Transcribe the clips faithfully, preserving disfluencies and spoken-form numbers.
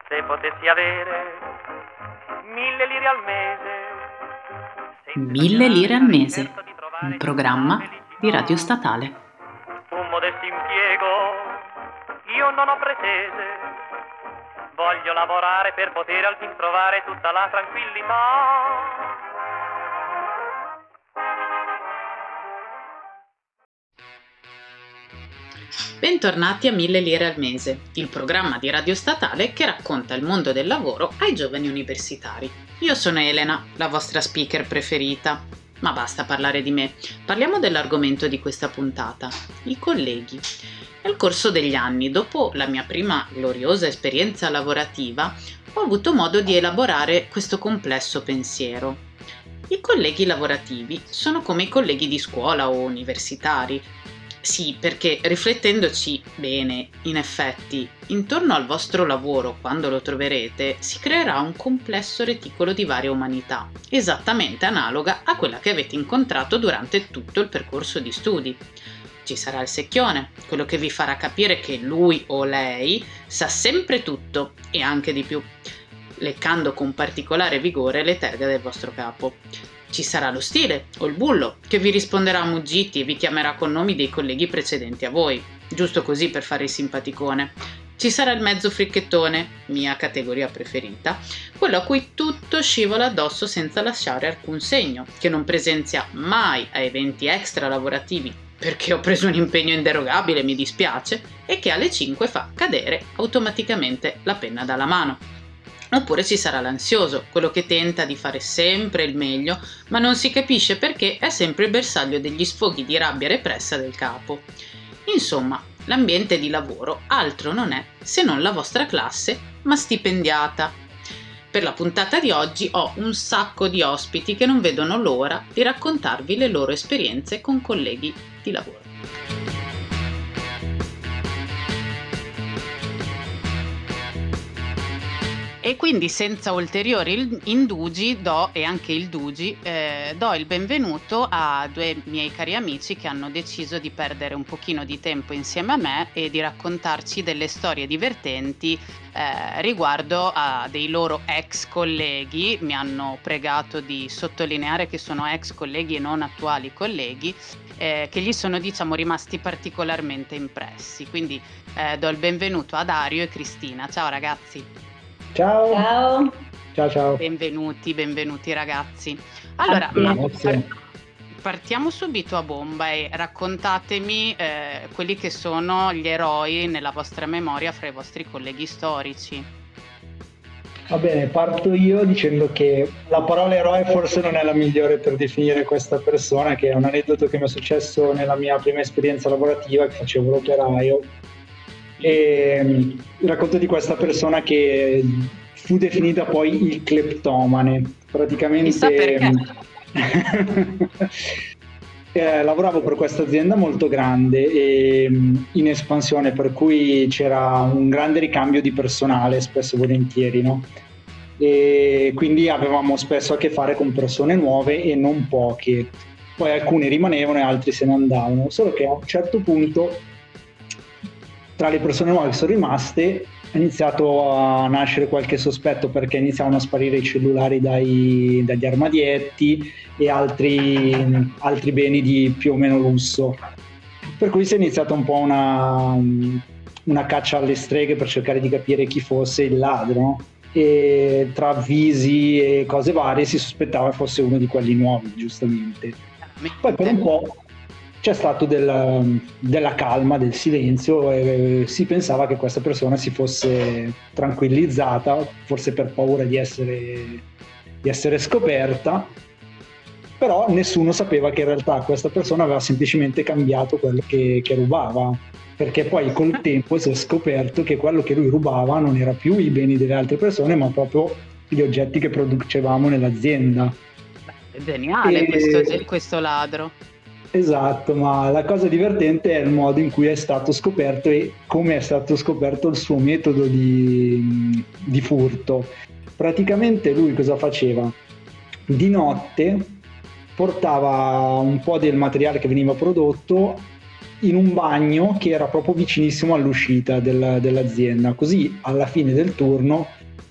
Se potessi avere mille lire al mese. Mille lire al mese, un programma di Radio Statale. Un modesto impiego, io non ho pretese. Voglio lavorare per poter al fin trovare tutta la tranquillità. Bentornati a Mille lire al mese, il programma di Radio Statale che racconta il mondo del lavoro ai giovani universitari. Io sono Elena, la vostra speaker preferita. Ma basta parlare di me, parliamo dell'argomento di questa puntata, i colleghi. Nel corso degli anni, dopo la mia prima gloriosa esperienza lavorativa, ho avuto modo di elaborare questo complesso pensiero. I colleghi lavorativi sono come i colleghi di scuola o universitari. Sì, perché riflettendoci bene, in effetti, intorno al vostro lavoro, quando lo troverete, si creerà un complesso reticolo di varie umanità, esattamente analoga a quella che avete incontrato durante tutto il percorso di studi. Ci sarà il secchione, quello che vi farà capire che lui o lei sa sempre tutto e anche di più, leccando con particolare vigore le terga del vostro capo. Ci sarà lo stile o il bullo che vi risponderà a muggiti e vi chiamerà con nomi dei colleghi precedenti a voi, giusto così per fare il simpaticone. Ci sarà il mezzo fricchettone, mia categoria preferita, quello a cui tutto scivola addosso senza lasciare alcun segno, che non presenzia mai a eventi extra lavorativi perché ho preso un impegno inderogabile, mi dispiace, e che alle cinque fa cadere automaticamente la penna dalla mano. Oppure ci sarà l'ansioso, quello che tenta di fare sempre il meglio, ma non si capisce perché è sempre il bersaglio degli sfoghi di rabbia repressa del capo. Insomma, l'ambiente di lavoro altro non è se non la vostra classe, ma stipendiata. Per la puntata di oggi ho un sacco di ospiti che non vedono l'ora di raccontarvi le loro esperienze con colleghi di lavoro. E quindi senza ulteriori indugi do, e anche il dugi, eh, do il benvenuto a due miei cari amici che hanno deciso di perdere un pochino di tempo insieme a me e di raccontarci delle storie divertenti eh, riguardo a dei loro ex colleghi. Mi hanno pregato di sottolineare che sono ex colleghi e non attuali colleghi, eh, che gli sono diciamo rimasti particolarmente impressi. Quindi eh, do il benvenuto a Dario e Cristina. Ciao ragazzi. Ciao. Ciao. Ciao, ciao. Benvenuti, benvenuti ragazzi. Allora, ma par- partiamo subito a bomba e raccontatemi eh, quelli che sono gli eroi nella vostra memoria fra i vostri colleghi storici. Va bene, parto io dicendo che la parola eroe forse non è la migliore per definire questa persona, che è un aneddoto che mi è successo nella mia prima esperienza lavorativa, che facevo l'operaio. E racconto di questa persona che fu definita poi il cleptomane. Praticamente Chissà perché. eh, lavoravo per questa azienda molto grande e in espansione, per cui c'era un grande ricambio di personale, spesso e volentieri, no? E quindi avevamo spesso a che fare con persone nuove e non poche. Poi alcuni rimanevano e altri se ne andavano, solo che a un certo punto tra le persone nuove che sono rimaste è iniziato a nascere qualche sospetto, perché iniziavano a sparire i cellulari dai, dagli armadietti e altri, altri beni di più o meno lusso. Per cui si è iniziata un po' una, una caccia alle streghe per cercare di capire chi fosse il ladro, e tra avvisi e cose varie si sospettava fosse uno di quelli nuovi, giustamente. Poi per un po' c'è stato del, della calma, del silenzio, e si pensava che questa persona si fosse tranquillizzata, forse per paura di essere, di essere scoperta, però nessuno sapeva che in realtà questa persona aveva semplicemente cambiato quello che, che rubava, perché poi col tempo si è scoperto che quello che lui rubava non era più i beni delle altre persone, ma proprio gli oggetti che producevamo nell'azienda. È geniale e... questo, questo ladro. Esatto, ma la cosa divertente è il modo in cui è stato scoperto e come è stato scoperto il suo metodo di, di furto. Praticamente lui cosa faceva? Di notte portava un po' del materiale che veniva prodotto in un bagno che era proprio vicinissimo all'uscita del, dell'azienda, così alla fine del turno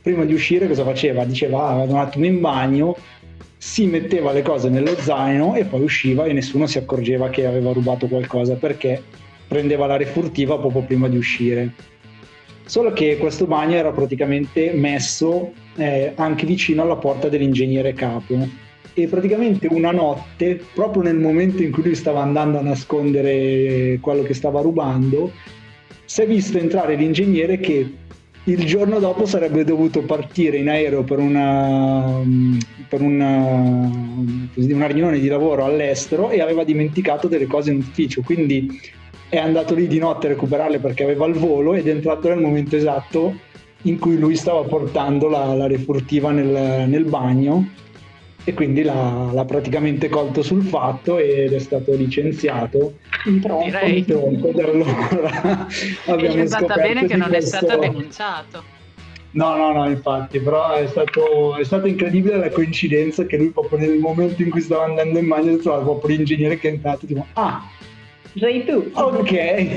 prima di uscire cosa faceva? Diceva ah, vado un attimo in bagno, si metteva le cose nello zaino e poi usciva e nessuno si accorgeva che aveva rubato qualcosa, perché prendeva l'aria furtiva proprio prima di uscire. Solo che questo bagno era praticamente messo eh, anche vicino alla porta dell'ingegnere capo, e praticamente una notte, proprio nel momento in cui lui stava andando a nascondere quello che stava rubando, si è visto entrare l'ingegnere che il giorno dopo sarebbe dovuto partire in aereo per una, per una, una riunione di lavoro all'estero e aveva dimenticato delle cose in ufficio, quindi è andato lì di notte a recuperarle perché aveva il volo ed è entrato nel momento esatto in cui lui stava portando la, la refurtiva nel, nel bagno, e quindi l'ha, l'ha praticamente colto sul fatto ed è stato licenziato in tronco, Direi. in tronco. Da allora abbiamo È andata scoperto bene che di non è questo... stato denunciato. No, no, no, infatti, però è stato, è stato incredibile la coincidenza che lui proprio nel momento in cui stava andando in bagno si trovava proprio l'ingegnere che è entrato tipo ah, sei tu. ok.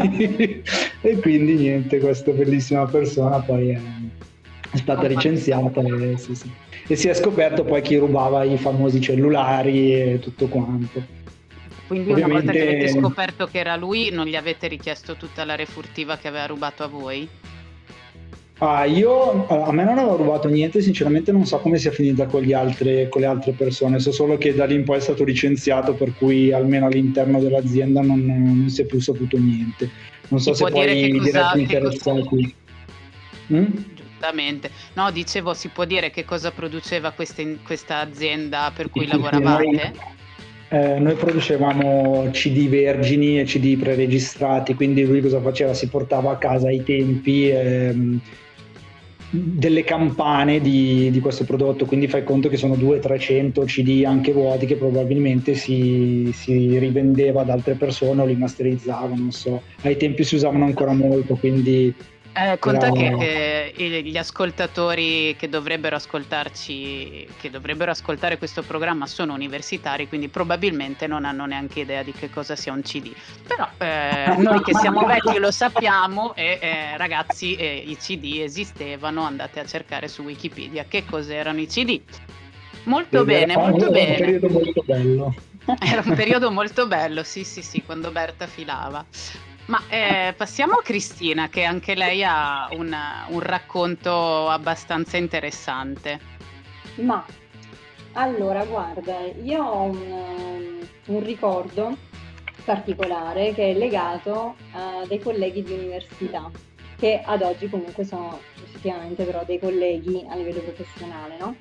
E quindi niente, questa bellissima persona poi è, è stata licenziata e, sì, sì. E si è scoperto poi chi rubava i famosi cellulari e tutto quanto. Quindi una volta che avete scoperto che era lui, non gli avete richiesto tutta la refurtiva che aveva rubato a voi? Ah, io a me non aveva rubato niente, sinceramente non so come sia finita con gli altre, con le altre persone, so solo che da lì in poi è stato licenziato, per cui almeno all'interno dell'azienda non, non si è più saputo niente. Non so Si se può dire poi che i cosa- diretti che cosa- interessati. Mm? Giustamente. No, dicevo, si può dire che cosa produceva questa, questa azienda per cui Sì, sì, lavoravate? Noi, eh, noi producevamo C D vergini e C D preregistrati, quindi lui cosa faceva? Si portava a casa ai tempi ehm, delle campane di, di questo prodotto, quindi fai conto che sono duecento trecento C D anche vuoti che probabilmente si, si rivendeva ad altre persone o li masterizzavano, non so. Ai tempi si usavano ancora molto, quindi... Eh, conta Però- che, che gli ascoltatori che dovrebbero ascoltarci, che dovrebbero ascoltare questo programma sono universitari, quindi probabilmente non hanno neanche idea di che cosa sia un C D. Però eh, noi che siamo vecchi lo sappiamo e eh, ragazzi eh, i C D esistevano, andate a cercare su Wikipedia che cos'erano i C D. Molto bene, Era- molto era bene. un periodo molto bello. Era un periodo molto bello, sì, sì, sì, quando Berta filava. Ma eh, passiamo a Cristina, che anche lei ha un, un racconto abbastanza interessante. Ma allora, guarda, io ho un, um, un ricordo particolare che è legato a dei colleghi di università, che ad oggi comunque sono effettivamente però dei colleghi a livello professionale, no?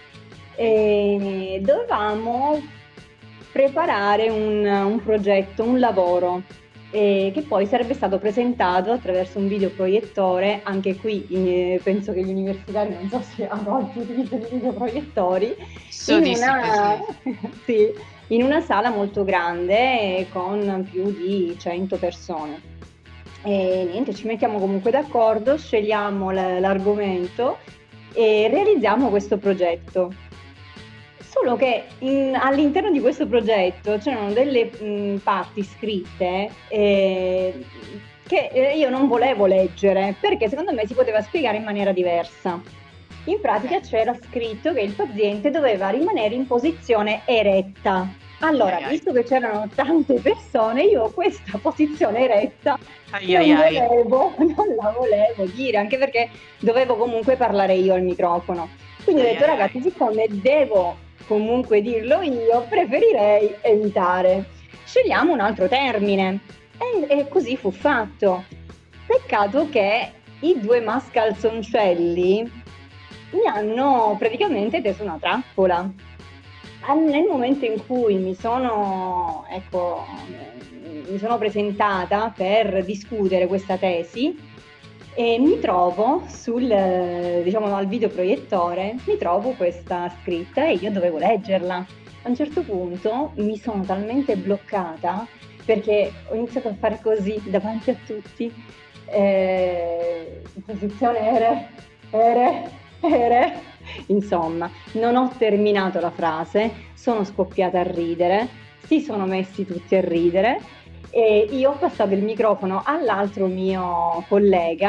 E dovevamo preparare un, un progetto, un lavoro, eh, che poi sarebbe stato presentato attraverso un videoproiettore. Anche qui eh, penso che gli universitari, non so se ad oggi utilizzano i videoproiettori, So in di sì, una, così. sì, in una sala molto grande eh, con più di cento persone. E niente, ci mettiamo comunque d'accordo, scegliamo l- l'argomento e realizziamo questo progetto. Solo che in- all'interno di questo progetto c'erano delle mh, parti scritte eh, che eh, io non volevo leggere, perché secondo me si poteva spiegare in maniera diversa. In pratica c'era scritto che il paziente doveva rimanere in posizione eretta. Allora, Ai ai. visto che c'erano tante persone, io questa posizione eretta Ai non ai ai. volevo, non la volevo dire, anche perché dovevo comunque parlare io al microfono. Quindi ho Ai detto, ai ragazzi, ai. siccome devo comunque dirlo io, preferirei evitare. Scegliamo un altro termine. E, e così fu fatto. Peccato che i due mascalzoncelli mi hanno praticamente teso una trappola. Al- Nel momento in cui mi sono, ecco, mi sono presentata per discutere questa tesi, e mi trovo sul, eh, diciamo, al videoproiettore, mi trovo questa scritta e io dovevo leggerla. A un certo punto mi sono talmente bloccata perché ho iniziato a fare così davanti a tutti, eh, in posizione ere, ere, ere. Insomma, non ho terminato la frase, sono scoppiata a ridere, si sono messi tutti a ridere. E io ho passato il microfono all'altro mio collega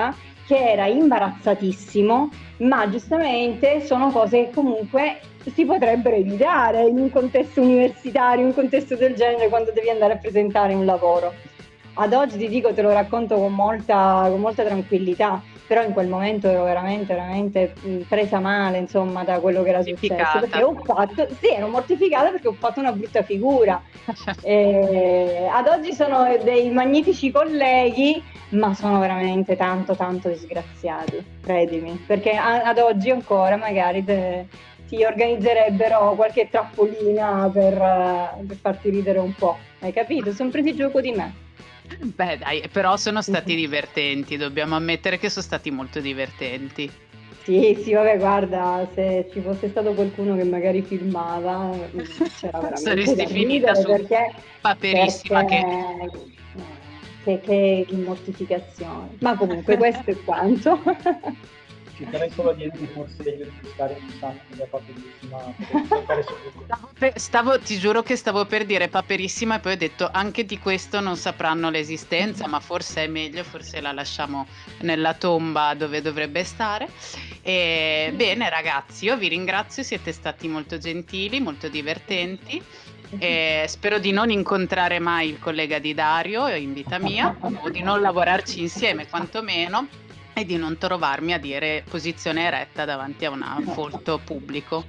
che era imbarazzatissimo, ma giustamente sono cose che comunque si potrebbero evitare in un contesto universitario, in un contesto del genere, quando devi andare a presentare un lavoro. Ad oggi ti dico, te lo racconto con molta, con molta tranquillità, però in quel momento ero veramente, veramente presa male, insomma, da quello che era successo, perché ho fatto, sì, ero mortificata perché ho fatto una brutta figura. E ad oggi sono dei magnifici colleghi, ma sono veramente tanto, tanto disgraziati, credimi, perché a, ad oggi ancora magari te, ti organizzerebbero qualche trappolina per, per farti ridere un po', hai capito? Sono presi gioco di me. Beh dai, però sono stati divertenti, dobbiamo ammettere che sono stati molto divertenti. Sì, sì, vabbè, guarda, se ci fosse stato qualcuno che magari filmava, c'era veramente saresti da finita ridere, su perché, Paperissima perché che... che, che, che mortificazione. Ma comunque questo è quanto. Ci terrei solo a dire che forse io devo stare in sangue da Paperissima. Stavo, per, stavo, ti giuro che stavo per dire Paperissima e poi ho detto anche di questo non sapranno l'esistenza, ma forse è meglio, forse la lasciamo nella tomba dove dovrebbe stare. E, bene ragazzi, io vi ringrazio, siete stati molto gentili, molto divertenti. E spero di non incontrare mai il collega di Dario in vita mia, o di non lavorarci insieme quantomeno, e di non trovarmi a dire posizione eretta davanti a un folto pubblico.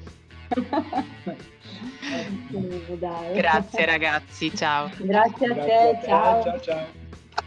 Grazie ragazzi, ciao. Grazie a te, ciao. Ciao ciao.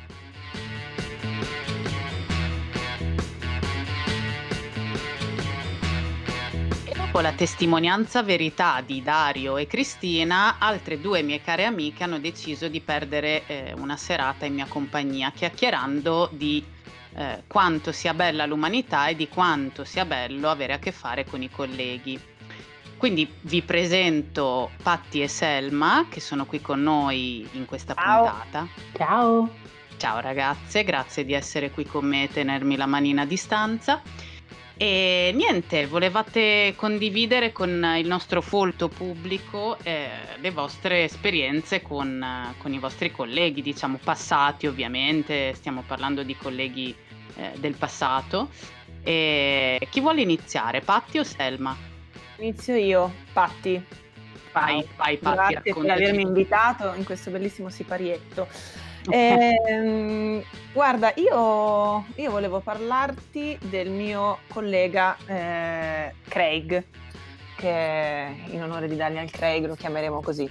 Dopo la testimonianza verità di Dario e Cristina, altre due mie care amiche hanno deciso di perdere eh, una serata in mia compagnia, chiacchierando di eh, quanto sia bella l'umanità e di quanto sia bello avere a che fare con i colleghi. Quindi vi presento Patti e Selma, che sono qui con noi in questa Ciao. puntata. Ciao. Ciao ragazze, grazie di essere qui con me e tenermi la manina a distanza. E niente, volevate condividere con il nostro folto pubblico eh, le vostre esperienze con, eh, con i vostri colleghi, diciamo passati ovviamente, stiamo parlando di colleghi eh, del passato. E chi vuole iniziare, Patti o Selma? Inizio io, Patti. Vai, vai Patti, Grazie per raccontaci. avermi invitato in questo bellissimo siparietto. Eh, guarda, io, io volevo parlarti del mio collega eh, Craig, che in onore di Daniel Craig lo chiameremo così.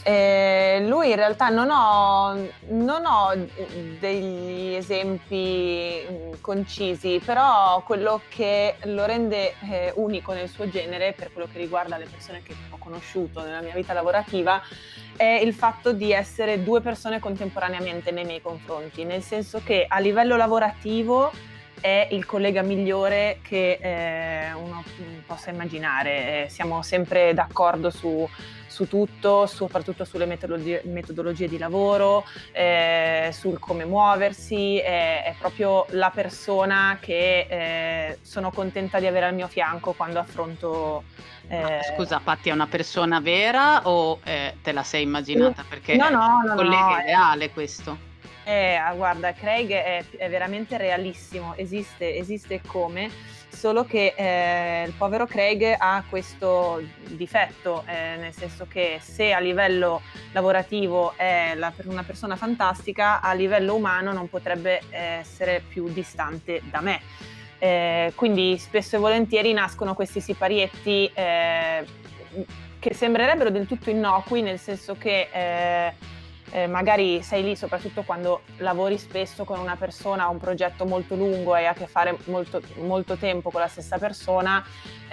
Eh, lui in realtà non ho, non ho degli esempi concisi, però quello che lo rende eh, unico nel suo genere, per quello che riguarda le persone che ho conosciuto nella mia vita lavorativa, è il fatto di essere due persone contemporaneamente nei miei confronti, nel senso che a livello lavorativo è il collega migliore che eh, uno possa immaginare. Eh, siamo sempre d'accordo su, su tutto, soprattutto sulle metodologie, metodologie di lavoro, eh, sul come muoversi. È, è proprio la persona che eh, sono contenta di avere al mio fianco quando affronto. Eh... Scusa Patti, è una persona vera o eh, te la sei immaginata? Perché no, no, è un no, collega no, ideale questo. Eh, guarda, Craig è, è veramente realissimo, esiste, esiste come, solo che eh, il povero Craig ha questo difetto, eh, nel senso che se a livello lavorativo è la, una persona fantastica, a livello umano non potrebbe essere più distante da me. Eh, quindi spesso e volentieri nascono questi siparietti eh, che sembrerebbero del tutto innocui, nel senso che eh, Eh, magari sei lì soprattutto quando lavori spesso con una persona, un progetto molto lungo e hai a che fare molto, molto tempo con la stessa persona,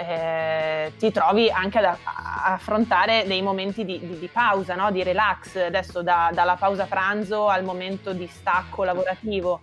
eh, ti trovi anche ad, a affrontare dei momenti di, di, di pausa, no? Di relax, adesso da, dalla pausa pranzo al momento di stacco lavorativo.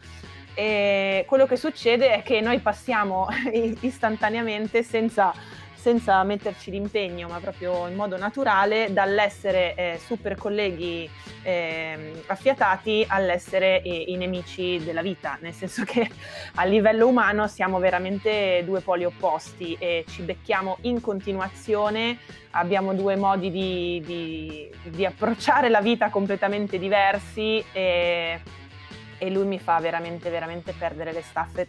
E quello che succede è che noi passiamo istantaneamente senza senza metterci l'impegno, ma proprio in modo naturale, dall'essere eh, super colleghi eh, affiatati all'essere eh, i nemici della vita, nel senso che a livello umano siamo veramente due poli opposti e ci becchiamo in continuazione, abbiamo due modi di, di, di approcciare la vita completamente diversi e, e lui mi fa veramente, veramente perdere le staffe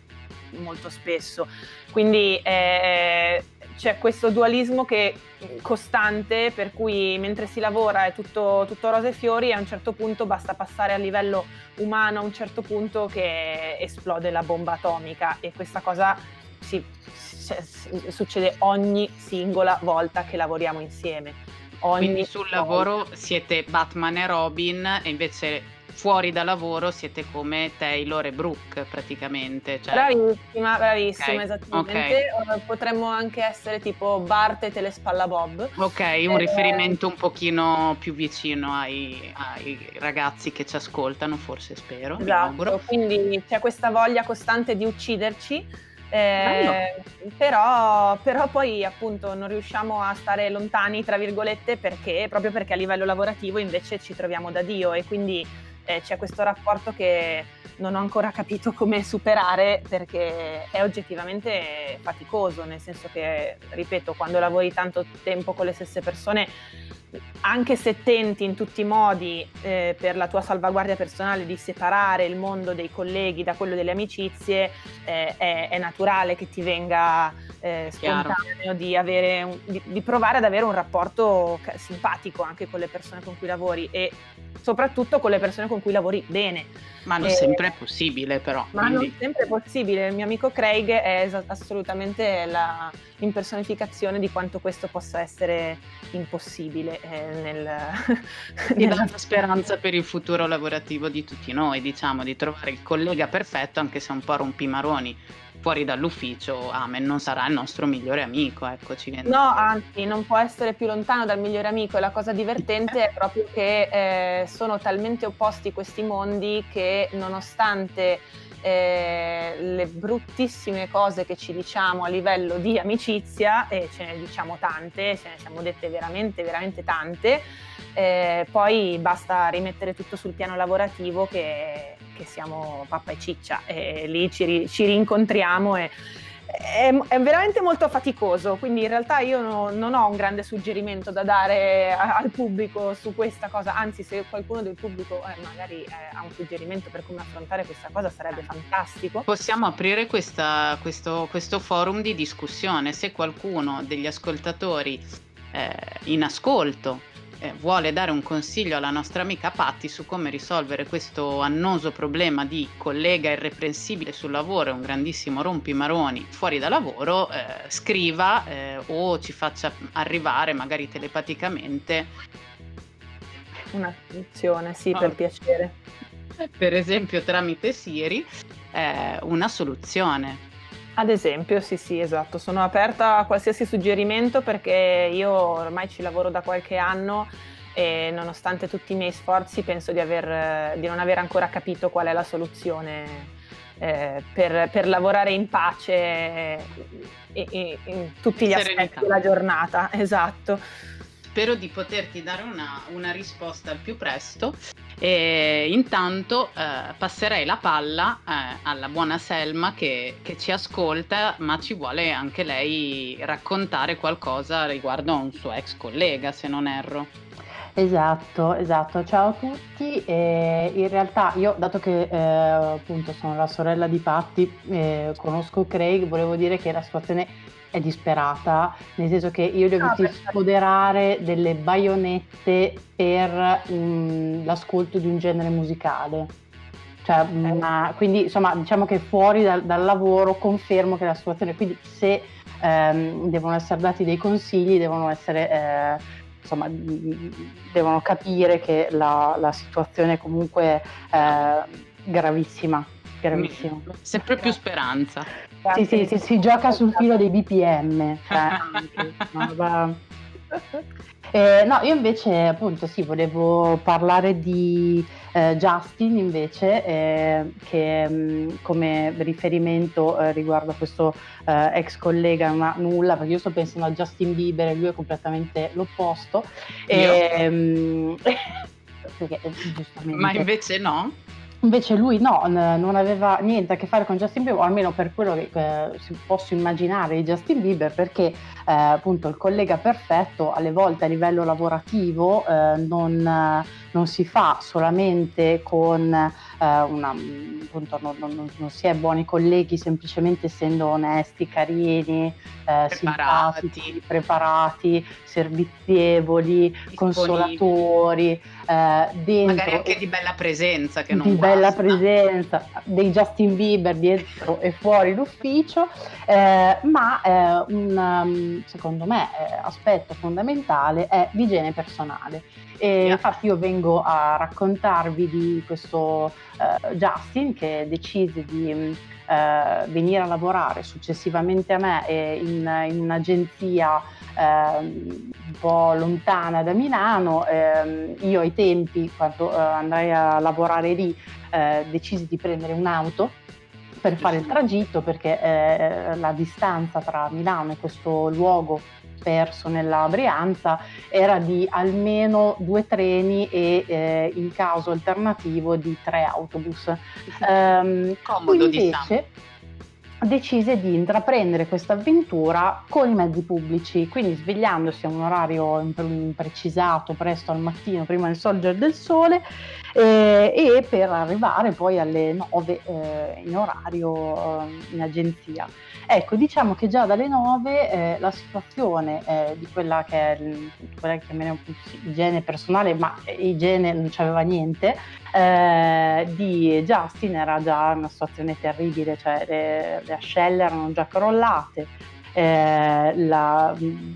molto spesso. Quindi eh, c'è questo dualismo che costante, per cui mentre si lavora è tutto, tutto rose e fiori, e a un certo punto basta passare a livello umano a un certo punto che esplode la bomba atomica, e questa cosa si, si, si, succede ogni singola volta che lavoriamo insieme. Ogni Quindi sul volta. lavoro siete Batman e Robin, e invece fuori da lavoro siete come Taylor e Brooke praticamente. Cioè... Bravissima, bravissima, okay, esattamente. Okay. Potremmo anche essere tipo Bart e Telespalla Bob. Ok, un eh, riferimento un pochino più vicino ai, ai ragazzi che ci ascoltano, forse, spero. Esatto, quindi c'è questa voglia costante di ucciderci. Eh, però, però poi appunto non riusciamo a stare lontani, tra virgolette, perché proprio perché a livello lavorativo invece ci troviamo da Dio, e quindi eh, c'è questo rapporto che non ho ancora capito come superare, perché è oggettivamente faticoso, nel senso che, ripeto, quando lavori tanto tempo con le stesse persone, anche se tenti in tutti i modi eh, per la tua salvaguardia personale di separare il mondo dei colleghi da quello delle amicizie, eh, è, è naturale che ti venga eh, spontaneo di, avere un, di, di provare ad avere un rapporto simpatico anche con le persone con cui lavori, e soprattutto con le persone con cui lavori bene. Ma non eh, sempre è possibile, però. Ma quindi... non sempre è possibile. Il mio amico Craig è es- assolutamente la impersonificazione di quanto questo possa essere impossibile eh, nel Mi dà speranza per il futuro lavorativo di tutti noi, diciamo, di trovare il collega perfetto, anche se un po' rompimaroni fuori dall'ufficio. Amen, non sarà il nostro migliore amico, ecco, ci viene. No, anzi, non può essere più lontano dal migliore amico, e la cosa divertente è proprio che eh, sono talmente opposti questi mondi che, nonostante eh, le bruttissime cose che ci diciamo a livello di amicizia, e ce ne diciamo tante, ce ne siamo dette veramente, veramente tante, eh, poi basta rimettere tutto sul piano lavorativo che che siamo pappa e ciccia, e lì ci, ri, ci rincontriamo, e è, è veramente molto faticoso. Quindi in realtà io no, non ho un grande suggerimento da dare a, al pubblico su questa cosa, anzi, se qualcuno del pubblico eh, magari eh, ha un suggerimento per come affrontare questa cosa, sarebbe fantastico. Possiamo aprire questa, questo, questo forum di discussione. Se qualcuno degli ascoltatori eh, in ascolto Eh, vuole dare un consiglio alla nostra amica Patti su come risolvere questo annoso problema di collega irreprensibile sul lavoro e un grandissimo rompimaroni fuori da lavoro, eh, scriva eh, o ci faccia arrivare magari telepaticamente una soluzione, sì, oh. per piacere, per esempio tramite Siri, eh, una soluzione. Ad esempio, sì, sì, esatto. Sono aperta a qualsiasi suggerimento, perché io ormai ci lavoro da qualche anno e, nonostante tutti i miei sforzi, penso di, aver, di non aver ancora capito qual è la soluzione eh, per, per lavorare in pace e, e, in tutti gli Serenità. aspetti della giornata. Esatto. Spero di poterti dare una, una risposta al più presto, e intanto eh, passerei la palla eh, alla buona Selma che, che ci ascolta, ma ci vuole anche lei raccontare qualcosa riguardo a un suo ex collega, se non erro. Esatto, esatto. Ciao a tutti. E in realtà io, dato che eh, appunto sono la sorella di Patti, eh, conosco Craig, volevo dire che la situazione è disperata, nel senso che io li ho visti ah, sfoderare delle baionette per um, l'ascolto di un genere musicale. Cioè, una, quindi insomma, diciamo che fuori dal, dal lavoro confermo che la situazione, quindi se ehm, devono essere dati dei consigli, devono essere eh, insomma, devono capire che la, la situazione è comunque eh, gravissima, gravissima. Sempre più speranza. Sì, sì, sì, si gioca sul filo dei B P M. Cioè, no, va... eh, no, io invece appunto sì, volevo parlare di eh, Justin invece, eh, che mh, come riferimento eh, riguardo a questo eh, ex collega non ha nulla, perché io sto pensando a Justin Bieber e lui è completamente l'opposto. E, mh, perché, giustamente, ma invece no? Invece lui no, n- non aveva niente a che fare con Justin Bieber, o almeno per quello che eh, si posso immaginare di Justin Bieber, perché eh, appunto il collega perfetto alle volte a livello lavorativo eh, non, eh, non si fa solamente con eh, una, appunto non, non- non si è buoni colleghi semplicemente essendo onesti, carini, eh, Preparati. simpatici, preparati, servizievoli, Disponibili. consolatori, eh, dentro Magari anche e- di bella presenza, che non di bella guasta. presenza dei Justin Bieber dietro e fuori l'ufficio, eh, ma eh, un um, secondo me eh, aspetto fondamentale è l'igiene personale. E Yeah. infatti io vengo a raccontarvi di questo eh, Justin che decise di mh, eh, venire a lavorare successivamente a me eh, in, in un'agenzia eh, un po' lontana da Milano. Eh, io ai tempi, quando eh, andai a lavorare lì, eh, decisi di prendere un'auto per fare il tragitto, perché eh, la distanza tra Milano e questo luogo perso nella Brianza era di almeno due treni e eh, in caso alternativo di tre autobus. Um, Comodo, invece diciamo. decise di intraprendere questa avventura con i mezzi pubblici, quindi svegliandosi a un orario imprecisato, presto al mattino, prima del sorgere del sole, eh, e per arrivare poi alle nove eh, in orario eh, in agenzia. Ecco, diciamo che già dalle nove eh, la situazione eh, di quella che è il, quella che chiamiamo igiene personale, ma igiene non c'aveva niente, eh, di Justin era già una situazione terribile, cioè le, le ascelle erano già crollate, eh, la,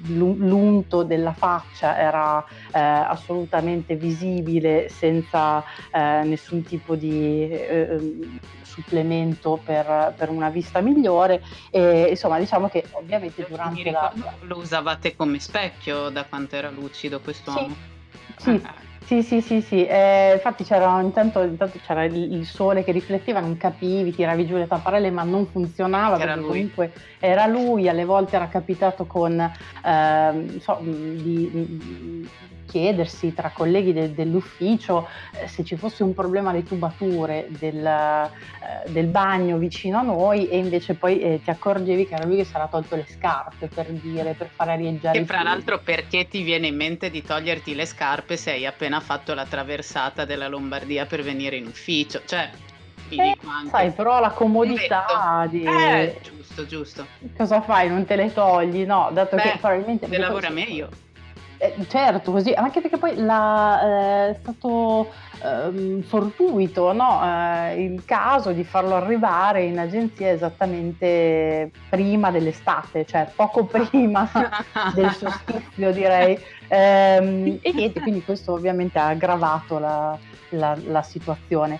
l'unto della faccia era eh, assolutamente visibile senza eh, nessun tipo di eh, supplemento per, per una vista migliore, e insomma diciamo che ovviamente durante Mi la... ricordo lo usavate come specchio da quanto era lucido quest'uomo. Sì, sì. Ah. Sì, sì, sì, sì. Eh, infatti c'era intanto, intanto c'era il, il sole che rifletteva, non capivi, tiravi giù le tapparelle, ma non funzionava Era perché lui. comunque era lui. Alle volte era capitato con eh, so, di, di chiedersi tra colleghi de, dell'ufficio eh, se ci fosse un problema di tubature del, eh, del bagno vicino a noi, e invece poi eh, ti accorgevi che era lui che si era tolto le scarpe, per dire, per fare arieggiare E i fra piedi. l'altro, perché ti viene in mente di toglierti le scarpe se hai appena fatto la traversata della Lombardia per venire in ufficio? Cioè, ti Eh, dico anche. sai, però la comodità di... Eh, giusto, giusto. Cosa fai? Non te le togli? No, dato Beh, che probabilmente... se lavora meglio. Eh, certo, così, anche perché poi la, eh, è stato ehm, fortuito, no? Eh, il caso di farlo arrivare in agenzia esattamente prima dell'estate, cioè poco prima del solstizio, direi. Ehm, e niente, quindi questo ovviamente ha aggravato la, la, la situazione.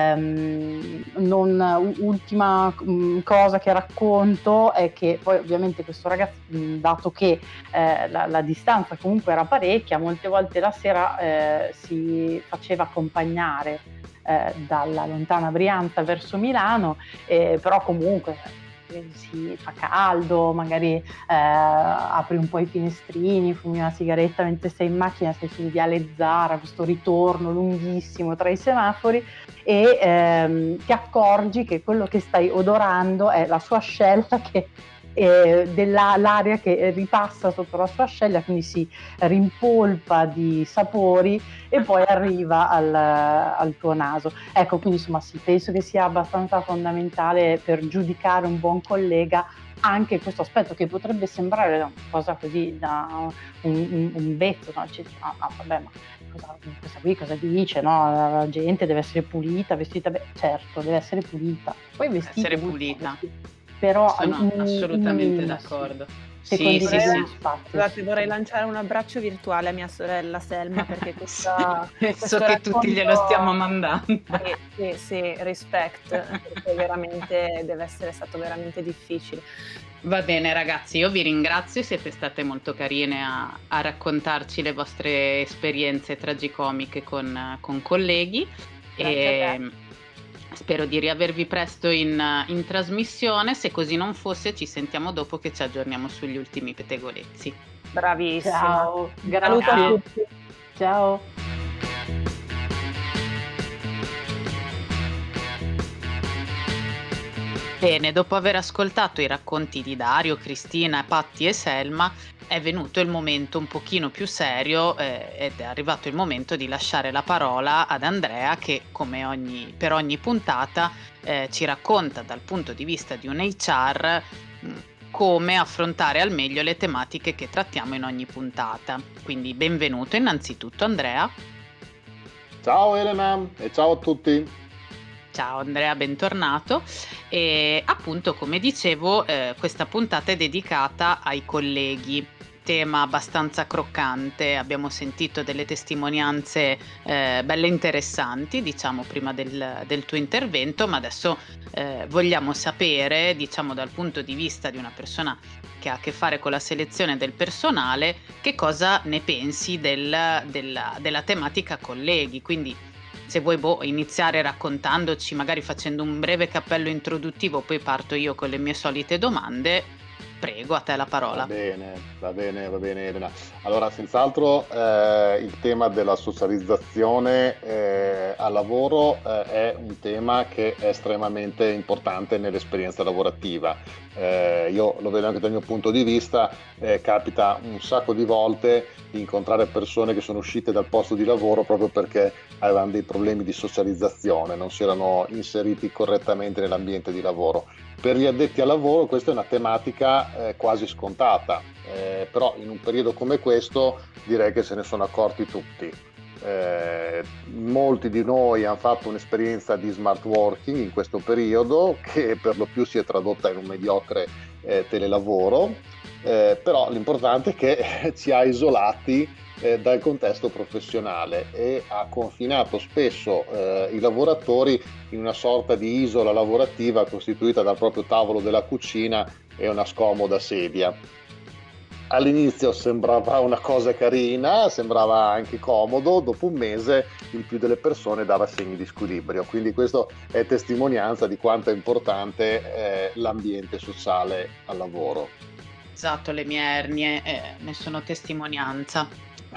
Um, non, ultima um, cosa che racconto è che poi ovviamente questo ragazzo, um, dato che eh, la, la distanza comunque era parecchia, molte volte la sera eh, si faceva accompagnare eh, dalla lontana Brianza verso Milano, eh, però comunque si fa caldo, magari eh, apri un po' i finestrini, fumi una sigaretta mentre sei in macchina, sei sul viale Zara, questo ritorno lunghissimo tra i semafori, e ehm, ti accorgi che quello che stai odorando è la sua ascella, che eh, della, l'aria che ripassa sotto la sua ascella, quindi si rimpolpa di sapori e poi arriva al, al tuo naso. Ecco, quindi insomma sì, penso che sia abbastanza fondamentale per giudicare un buon collega anche questo aspetto, che potrebbe sembrare una cosa così da un, un, un vezzo, no? Cioè, no, no, vabbè, ma cosa, questa qui cosa dice? No? La gente deve essere pulita, vestita bene. Certo, deve essere pulita. Poi vestita, essere pulita. Però sono in, assolutamente in, d'accordo. Sì, sì, sì, sì. Scusate, vorrei lanciare un abbraccio virtuale a mia sorella Selma, perché questa, so che tutti glielo stiamo mandando. Sì, sì, sì, respect, perché veramente deve essere stato veramente difficile. Va bene ragazzi, io vi ringrazio, siete state molto carine a, a raccontarci le vostre esperienze tragicomiche con, con colleghi. Grazie e spero di riavervi presto in, in trasmissione. Se così non fosse, ci sentiamo dopo che ci aggiorniamo sugli ultimi pettegolezzi. Bravissima. Ciao, Saluto a tutti. Ciao. Bene, dopo aver ascoltato i racconti di Dario, Cristina, Patti e Selma, è venuto il momento un pochino più serio eh, ed è arrivato il momento di lasciare la parola ad Andrea che, come ogni, per ogni puntata, eh, ci racconta dal punto di vista di un H R mh, come affrontare al meglio le tematiche che trattiamo in ogni puntata. Quindi benvenuto innanzitutto Andrea. Ciao Elena e ciao a tutti. Ciao Andrea, bentornato. E appunto, come dicevo, eh, questa puntata è dedicata ai colleghi, tema abbastanza croccante. Abbiamo sentito delle testimonianze eh, belle interessanti, diciamo, prima del, del tuo intervento, ma adesso eh, vogliamo sapere, diciamo, dal punto di vista di una persona che ha a che fare con la selezione del personale, che cosa ne pensi del, della, della tematica colleghi. Quindi se vuoi boh, iniziare raccontandoci, magari facendo un breve cappello introduttivo, poi parto io con le mie solite domande. Prego, a te la parola. Va bene, va bene, va bene Elena. Allora, senz'altro eh, il tema della socializzazione eh, al lavoro eh, è un tema che è estremamente importante nell'esperienza lavorativa. Eh, io lo vedo anche dal mio punto di vista, eh, capita un sacco di volte di incontrare persone che sono uscite dal posto di lavoro proprio perché avevano dei problemi di socializzazione, non si erano inseriti correttamente nell'ambiente di lavoro. Per gli addetti al lavoro questa è una tematica eh, quasi scontata, eh, però in un periodo come questo direi che se ne sono accorti tutti. Eh, molti di noi hanno fatto un'esperienza di smart working in questo periodo che per lo più si è tradotta in un mediocre eh, telelavoro, eh, però l'importante è che ci ha isolati eh, dal contesto professionale e ha confinato spesso eh, i lavoratori in una sorta di isola lavorativa costituita dal proprio tavolo della cucina e una scomoda sedia. All'inizio sembrava una cosa carina, sembrava anche comodo, dopo un mese il più delle persone dava segni di squilibrio, quindi questo è testimonianza di quanto è importante eh, l'ambiente sociale al lavoro. Esatto, le mie ernie eh, ne sono testimonianza.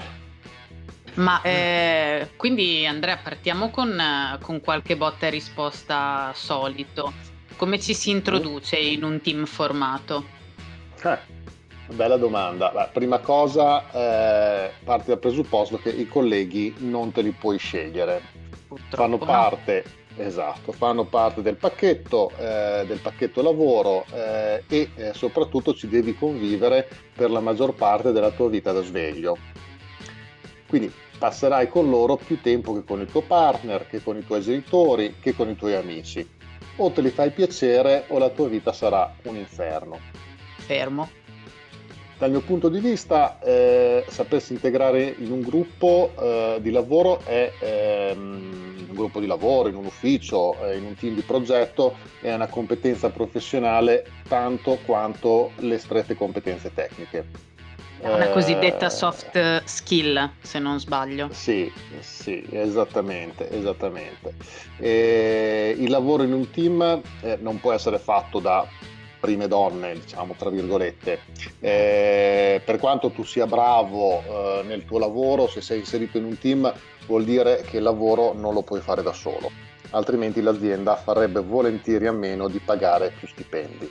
Ma eh, quindi Andrea, partiamo con, con qualche botta e risposta solito. Come ci si introduce in un team formato? Eh, bella domanda. La prima cosa, eh, parte dal presupposto che i colleghi non te li puoi scegliere. Purtroppo, fanno no? parte, esatto, fanno parte del pacchetto, eh, del pacchetto lavoro eh, e eh, soprattutto ci devi convivere per la maggior parte della tua vita da sveglio. Quindi passerai con loro più tempo che con il tuo partner, che con i tuoi genitori, che con i tuoi amici. O te li fai piacere o la tua vita sarà un inferno. Fermo. Dal mio punto di vista, eh, sapersi integrare in un gruppo eh, di lavoro è ehm, un gruppo di lavoro, in un ufficio, eh, in un team di progetto, è una competenza professionale tanto quanto le strette competenze tecniche. È una Eh, cosiddetta soft skill, se non sbaglio. Sì, sì, esattamente, esattamente. E il lavoro in un team eh, non può essere fatto da prime donne, diciamo tra virgolette. Eh, per quanto tu sia bravo eh, nel tuo lavoro, se sei inserito in un team vuol dire che il lavoro non lo puoi fare da solo, altrimenti l'azienda farebbe volentieri a meno di pagare più stipendi.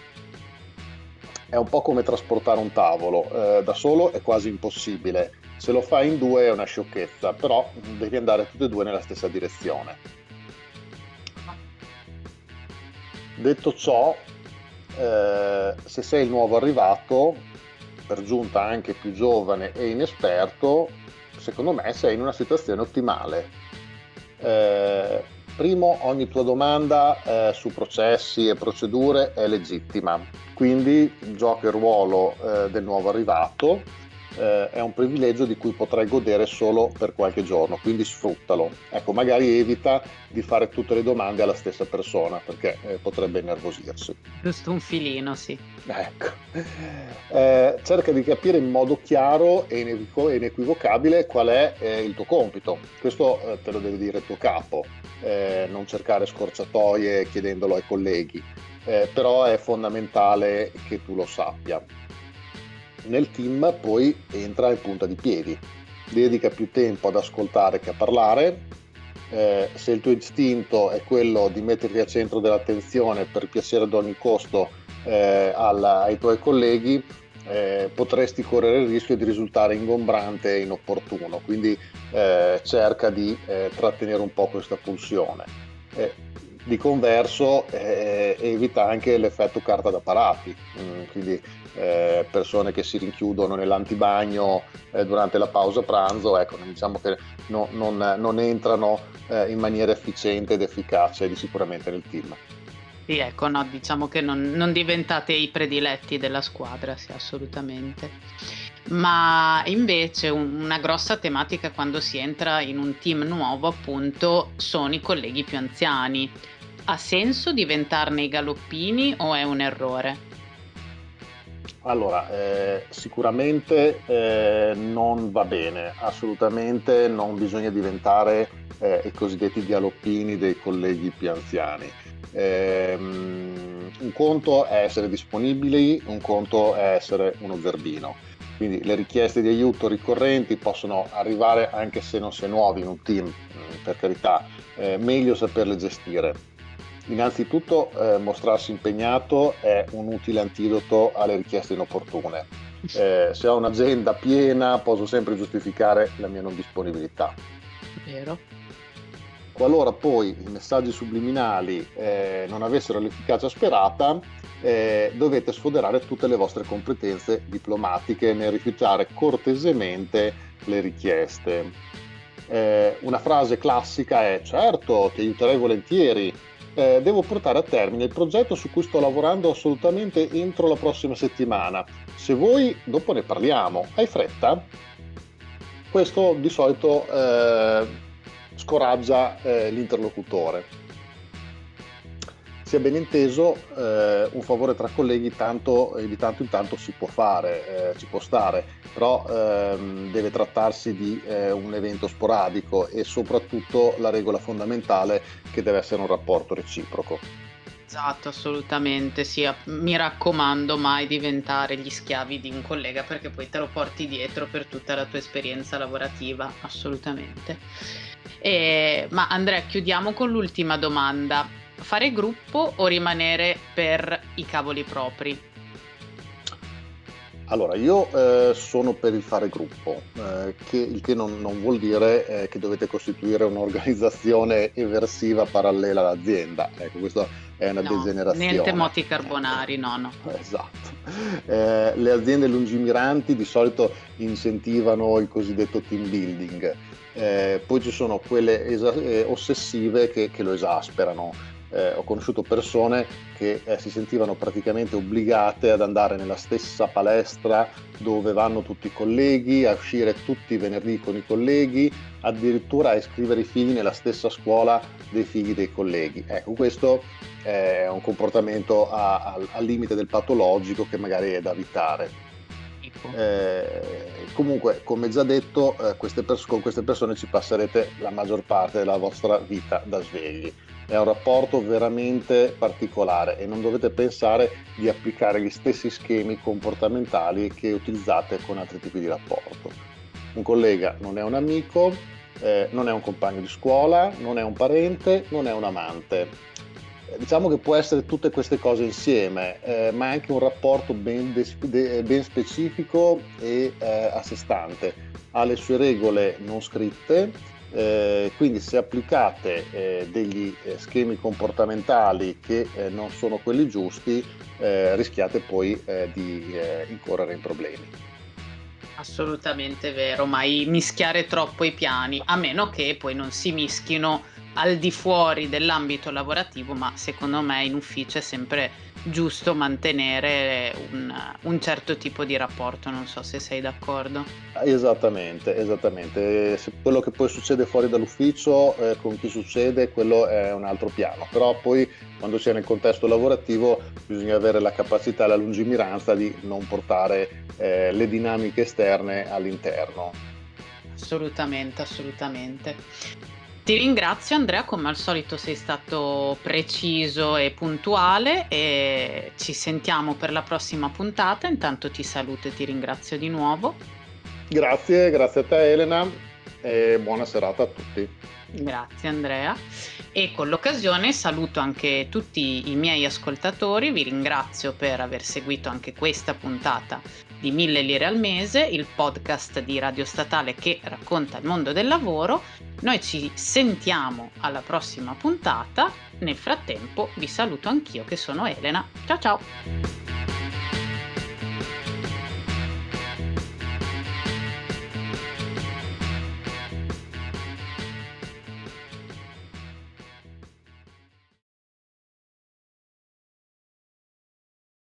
È un po' come trasportare un tavolo, eh, da solo è quasi impossibile, se lo fai in due è una sciocchezza, però devi andare tutte e due nella stessa direzione. Detto ciò, eh, se sei il nuovo arrivato, per giunta anche più giovane e inesperto, secondo me sei in una situazione ottimale. Eh, primo, ogni tua domanda eh, su processi e procedure è legittima, quindi gioca il ruolo eh, del nuovo arrivato, eh, è un privilegio di cui potrai godere solo per qualche giorno, quindi sfruttalo. Ecco, magari evita di fare tutte le domande alla stessa persona perché eh, potrebbe innervosirsi. Giusto un filino, sì. Ecco. Eh, cerca di capire in modo chiaro e inequivo- inequivocabile qual è eh, il tuo compito. Questo eh, te lo deve dire il tuo capo, eh, non cercare scorciatoie chiedendolo ai colleghi, eh, però è fondamentale che tu lo sappia. Nel team poi entra in punta di piedi, dedica più tempo ad ascoltare che a parlare, eh, se il tuo istinto è quello di metterti al centro dell'attenzione per piacere ad ogni costo eh, alla, ai tuoi colleghi, eh, potresti correre il rischio di risultare ingombrante e inopportuno, quindi eh, cerca di eh, trattenere un po' questa pulsione. Eh, di converso eh, evita anche l'effetto carta da parati, mm, quindi eh, persone che si rinchiudono nell'antibagno eh, durante la pausa pranzo, ecco, diciamo che no, non, non entrano eh, in maniera efficiente ed efficace di sicuramente nel team. Sì, ecco, no, diciamo che non, non diventate i prediletti della squadra, sì, assolutamente. Ma invece un- una grossa tematica quando si entra in un team nuovo, appunto, sono i colleghi più anziani. Ha senso diventarne i galoppini o è un errore? Allora, eh, sicuramente eh, non va bene, assolutamente non bisogna diventare eh, i cosiddetti galoppini dei colleghi più anziani. Ehm, un conto è essere disponibili, un conto è essere uno zerbino. Quindi le richieste di aiuto ricorrenti possono arrivare anche se non si è nuovi in un team, mm, per carità, eh, meglio saperle gestire. Innanzitutto eh, mostrarsi impegnato è un utile antidoto alle richieste inopportune. Eh, se ho un'agenda piena posso sempre giustificare la mia non disponibilità. Vero? Qualora poi i messaggi subliminali eh, non avessero l'efficacia sperata, eh, dovete sfoderare tutte le vostre competenze diplomatiche nel rifiutare cortesemente le richieste. Eh, una frase classica è: certo, ti aiuterei volentieri, eh, devo portare a termine il progetto su cui sto lavorando assolutamente entro la prossima settimana. Se vuoi, dopo ne parliamo. Hai fretta? Questo di solito eh, scoraggia eh, l'interlocutore. Sia ben inteso, eh, un favore tra colleghi tanto, eh, di tanto in tanto si può fare, eh, ci può stare, però ehm, deve trattarsi di eh, un evento sporadico e soprattutto la regola fondamentale che deve essere un rapporto reciproco. Esatto, assolutamente, sì, a- mi raccomando mai diventare gli schiavi di un collega perché poi te lo porti dietro per tutta la tua esperienza lavorativa, assolutamente. E- ma Andrea, chiudiamo con l'ultima domanda. Fare gruppo o rimanere per i cavoli propri? Allora, io eh, sono per il fare gruppo, eh, che, il che non, non vuol dire eh, che dovete costituire un'organizzazione eversiva parallela all'azienda. Ecco, questa è una No, degenerazione. niente moti carbonari, no, no. Esatto. Eh, le aziende lungimiranti di solito incentivano il cosiddetto team building, eh, poi ci sono quelle esa- eh, ossessive che, che lo esasperano. Eh, ho conosciuto persone che eh, si sentivano praticamente obbligate ad andare nella stessa palestra dove vanno tutti i colleghi, a uscire tutti i venerdì con i colleghi, addirittura a iscrivere i figli nella stessa scuola dei figli dei colleghi. Ecco, questo è un comportamento a- al al limite del patologico che magari è da evitare. Tipo. Eh, comunque, come già detto, eh, queste pers- con queste persone ci passerete la maggior parte della vostra vita da svegli. È un rapporto veramente particolare e non dovete pensare di applicare gli stessi schemi comportamentali che utilizzate con altri tipi di rapporto. Un collega non è un amico, eh, non è un compagno di scuola, non è un parente, non è un amante. Eh, Diciamo che può essere tutte queste cose insieme, eh, ma è anche un rapporto ben, des- de- ben specifico e eh, a sé stante. Ha le sue regole non scritte, eh, quindi se applicate eh, degli eh, schemi comportamentali che eh, non sono quelli giusti, eh, rischiate poi eh, di eh, incorrere in problemi. Assolutamente vero, mai mischiare troppo i piani, a meno che poi non si mischino al di fuori dell'ambito lavorativo, ma secondo me in ufficio è sempre giusto mantenere un, un certo tipo di rapporto, non so se sei d'accordo. Esattamente, esattamente. Se quello che poi succede fuori dall'ufficio eh, con chi succede, quello è un altro piano, però poi quando si è nel contesto lavorativo bisogna avere la capacità e la lungimiranza di non portare eh, le dinamiche esterne all'interno. Assolutamente, assolutamente. Ti ringrazio Andrea, come al solito sei stato preciso e puntuale e ci sentiamo per la prossima puntata. Intanto ti saluto e ti ringrazio di nuovo. Grazie, grazie a te Elena. e buona serata a tutti. Grazie Andrea, e con l'occasione saluto anche tutti i miei ascoltatori, vi ringrazio per aver seguito anche questa puntata di Mille Lire al Mese, il podcast di Radio Statale che racconta il mondo del lavoro. Noi ci sentiamo alla prossima puntata, nel frattempo vi saluto anch'io che sono Elena, ciao ciao!